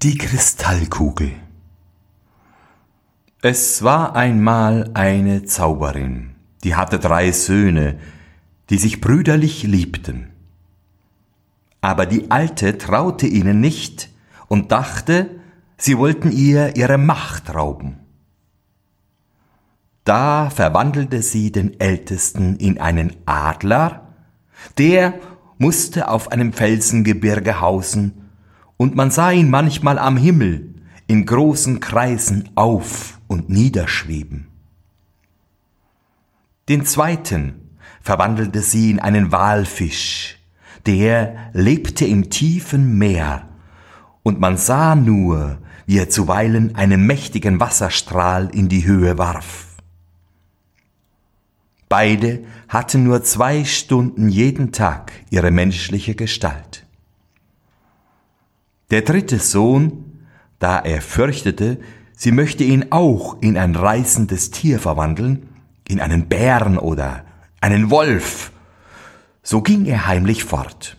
Die Kristallkugel. Es war einmal eine Zauberin, die hatte 3 Söhne, die sich brüderlich liebten. Aber die Alte traute ihnen nicht und dachte, sie wollten ihr ihre Macht rauben. Da verwandelte sie den Ältesten in einen Adler, der musste auf einem Felsengebirge hausen, und man sah ihn manchmal am Himmel in großen Kreisen auf- und niederschweben. Den zweiten verwandelte sie in einen Walfisch, der lebte im tiefen Meer, und man sah nur, wie er zuweilen einen mächtigen Wasserstrahl in die Höhe warf. Beide hatten nur 2 Stunden jeden Tag ihre menschliche Gestalt. Der dritte Sohn, da er fürchtete, sie möchte ihn auch in ein reißendes Tier verwandeln, in einen Bären oder einen Wolf, so ging er heimlich fort.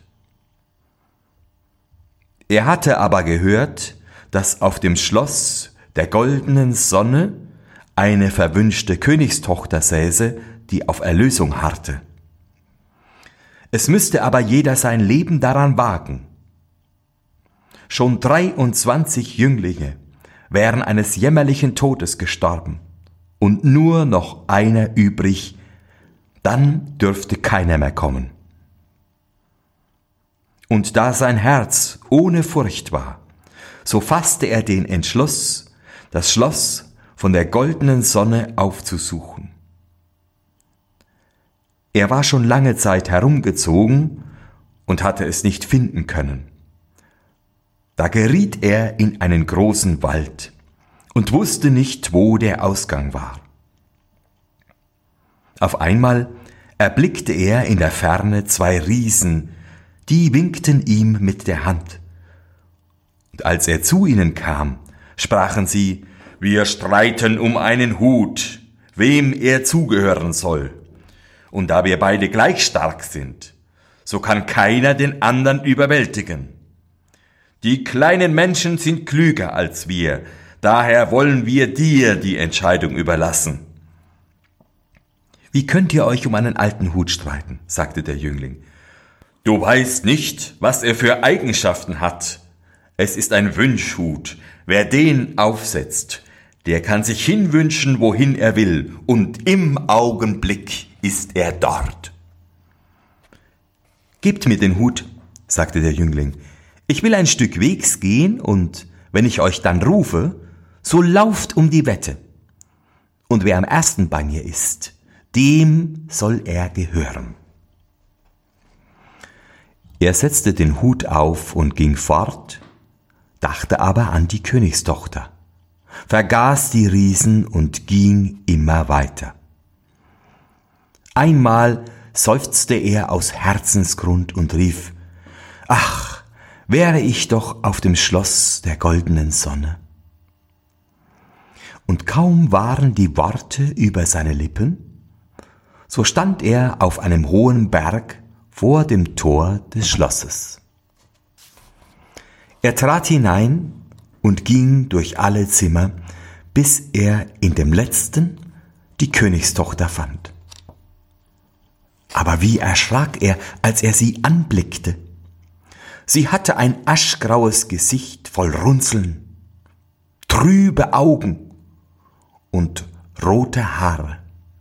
Er hatte aber gehört, dass auf dem Schloss der goldenen Sonne eine verwünschte Königstochter säße, die auf Erlösung harrte. Es müsste aber jeder sein Leben daran wagen. Schon 23 Jünglinge wären eines jämmerlichen Todes gestorben und nur noch einer übrig, dann dürfte keiner mehr kommen. Und da sein Herz ohne Furcht war, so fasste er den Entschluss, das Schloss von der goldenen Sonne aufzusuchen. Er war schon lange Zeit herumgezogen und hatte es nicht finden können. Da geriet er in einen großen Wald und wusste nicht, wo der Ausgang war. Auf einmal erblickte er in der Ferne 2 Riesen, die winkten ihm mit der Hand. Und als er zu ihnen kam, sprachen sie: Wir streiten um einen Hut, wem er zugehören soll. Und da wir beide gleich stark sind, so kann keiner den anderen überwältigen. Die kleinen Menschen sind klüger als wir, daher wollen wir dir die Entscheidung überlassen. Wie könnt ihr euch um einen alten Hut streiten, sagte der Jüngling. Du weißt nicht, was er für Eigenschaften hat. Es ist ein Wünschhut. Wer den aufsetzt, der kann sich hinwünschen, wohin er will, und im Augenblick ist er dort. Gebt mir den Hut, sagte der Jüngling. Ich will ein Stück Wegs gehen, und wenn ich euch dann rufe, so lauft um die Wette. Und wer am ersten bei mir ist, dem soll er gehören. Er setzte den Hut auf und ging fort, dachte aber an die Königstochter, vergaß die Riesen und ging immer weiter. Einmal seufzte er aus Herzensgrund und rief: Ach, wäre ich doch auf dem Schloss der goldenen Sonne. Und kaum waren die Worte über seine Lippen, so stand er auf einem hohen Berg vor dem Tor des Schlosses. Er trat hinein und ging durch alle Zimmer, bis er in dem letzten die Königstochter fand. Aber wie erschrak er, als er sie anblickte! Sie hatte ein aschgraues Gesicht voll Runzeln, trübe Augen und rote Haare.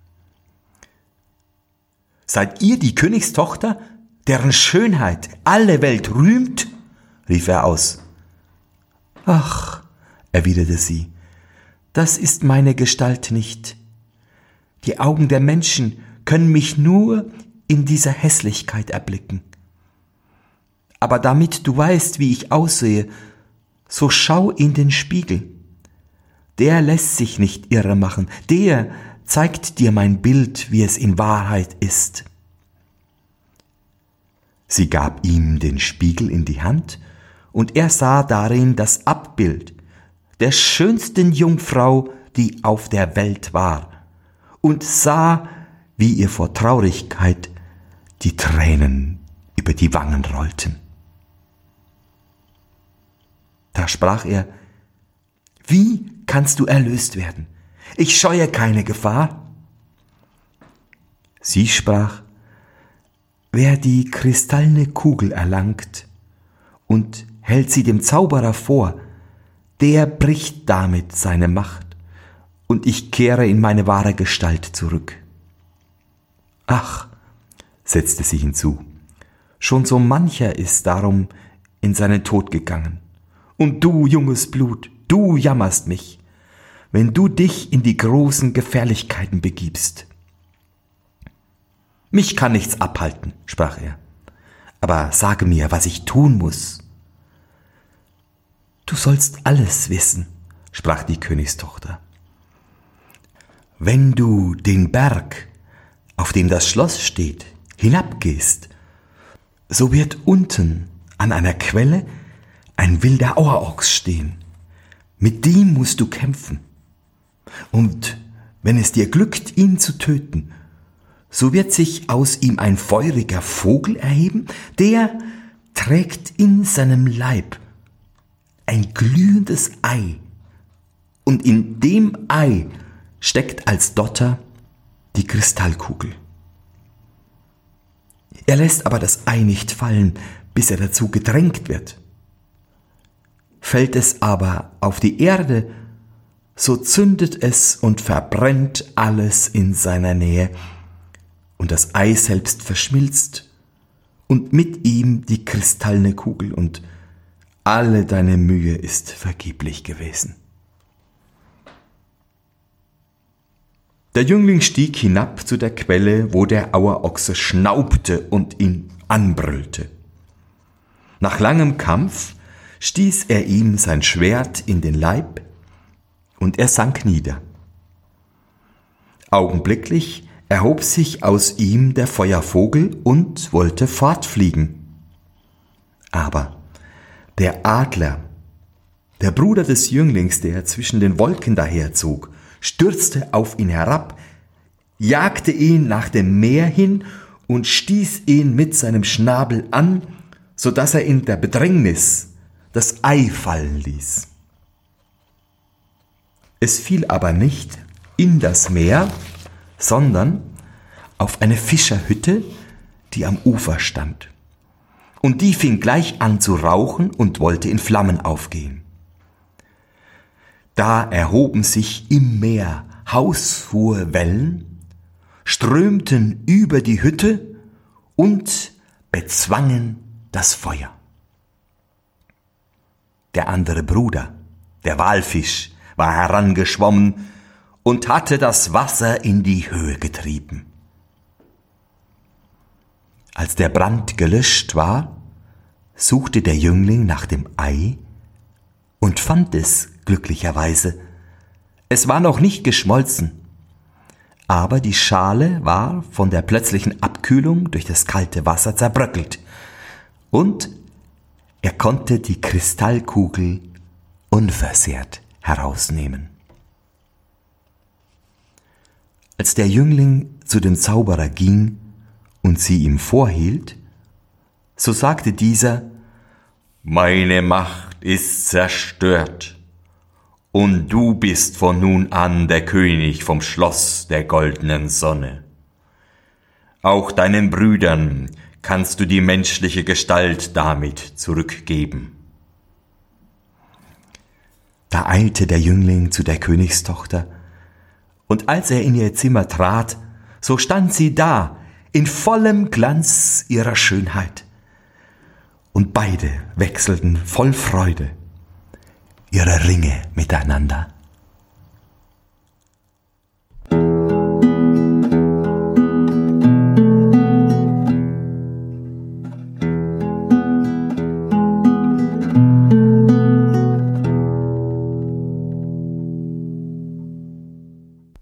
Seid ihr die Königstochter, deren Schönheit alle Welt rühmt? Rief er aus. Ach, erwiderte sie, das ist meine Gestalt nicht. Die Augen der Menschen können mich nur in dieser Hässlichkeit erblicken. Aber damit du weißt, wie ich aussehe, so schau in den Spiegel. Der lässt sich nicht irre machen, der zeigt dir mein Bild, wie es in Wahrheit ist. Sie gab ihm den Spiegel in die Hand, und er sah darin das Abbild der schönsten Jungfrau, die auf der Welt war, und sah, wie ihr vor Traurigkeit die Tränen über die Wangen rollten. Da Da sprach er: Wie kannst du erlöst werden? Ich scheue keine Gefahr. Sie sprach: Wer die kristallene Kugel erlangt und hält sie dem Zauberer vor, der bricht damit seine Macht, und ich kehre in meine wahre Gestalt zurück. Ach, setzte sie hinzu, schon so mancher ist darum in seinen Tod gegangen. Und du, junges Blut, du jammerst mich, wenn du dich in die großen Gefährlichkeiten begibst. Mich kann nichts abhalten, sprach er, aber sage mir, was ich tun muss. Du sollst alles wissen, sprach die Königstochter. Wenn du den Berg, auf dem das Schloss steht, hinabgehst, so wird unten an einer Quelle ein wilder Auerochs stehen. Mit dem musst du kämpfen. Und wenn es dir glückt, ihn zu töten, so wird sich aus ihm ein feuriger Vogel erheben, der trägt in seinem Leib ein glühendes Ei, und in dem Ei steckt als Dotter die Kristallkugel. Er lässt aber das Ei nicht fallen, bis er dazu gedrängt wird. Fällt es aber auf die Erde, so zündet es und verbrennt alles in seiner Nähe, und das Ei selbst verschmilzt, und mit ihm die kristallene Kugel, und alle deine Mühe ist vergeblich gewesen. Der Jüngling stieg hinab zu der Quelle, wo der Auerochse schnaubte und ihn anbrüllte. Nach langem Kampf stieß er ihm sein Schwert in den Leib, und er sank nieder. Augenblicklich erhob sich aus ihm der Feuervogel und wollte fortfliegen. Aber der Adler, der Bruder des Jünglings, der zwischen den Wolken daherzog, stürzte auf ihn herab, jagte ihn nach dem Meer hin und stieß ihn mit seinem Schnabel an, so dass er in der Bedrängnis das Ei fallen ließ. Es fiel aber nicht in das Meer, sondern auf eine Fischerhütte, die am Ufer stand. Und die fing gleich an zu rauchen und wollte in Flammen aufgehen. Da erhoben sich im Meer haushohe Wellen, strömten über die Hütte und bezwangen das Feuer. Der andere Bruder, der Walfisch, war herangeschwommen und hatte das Wasser in die Höhe getrieben. Als der Brand gelöscht war, suchte der Jüngling nach dem Ei und fand es glücklicherweise. Es war noch nicht geschmolzen, aber die Schale war von der plötzlichen Abkühlung durch das kalte Wasser zerbröckelt, und er konnte die Kristallkugel unversehrt herausnehmen. Als der Jüngling zu dem Zauberer ging und sie ihm vorhielt, so sagte dieser: Meine Macht ist zerstört, und du bist von nun an der König vom Schloss der goldenen Sonne. Auch deinen Brüdern kannst du die menschliche Gestalt damit zurückgeben. Da eilte der Jüngling zu der Königstochter, und als er in ihr Zimmer trat, so stand sie da, in vollem Glanz ihrer Schönheit. Und beide wechselten voll Freude ihre Ringe miteinander.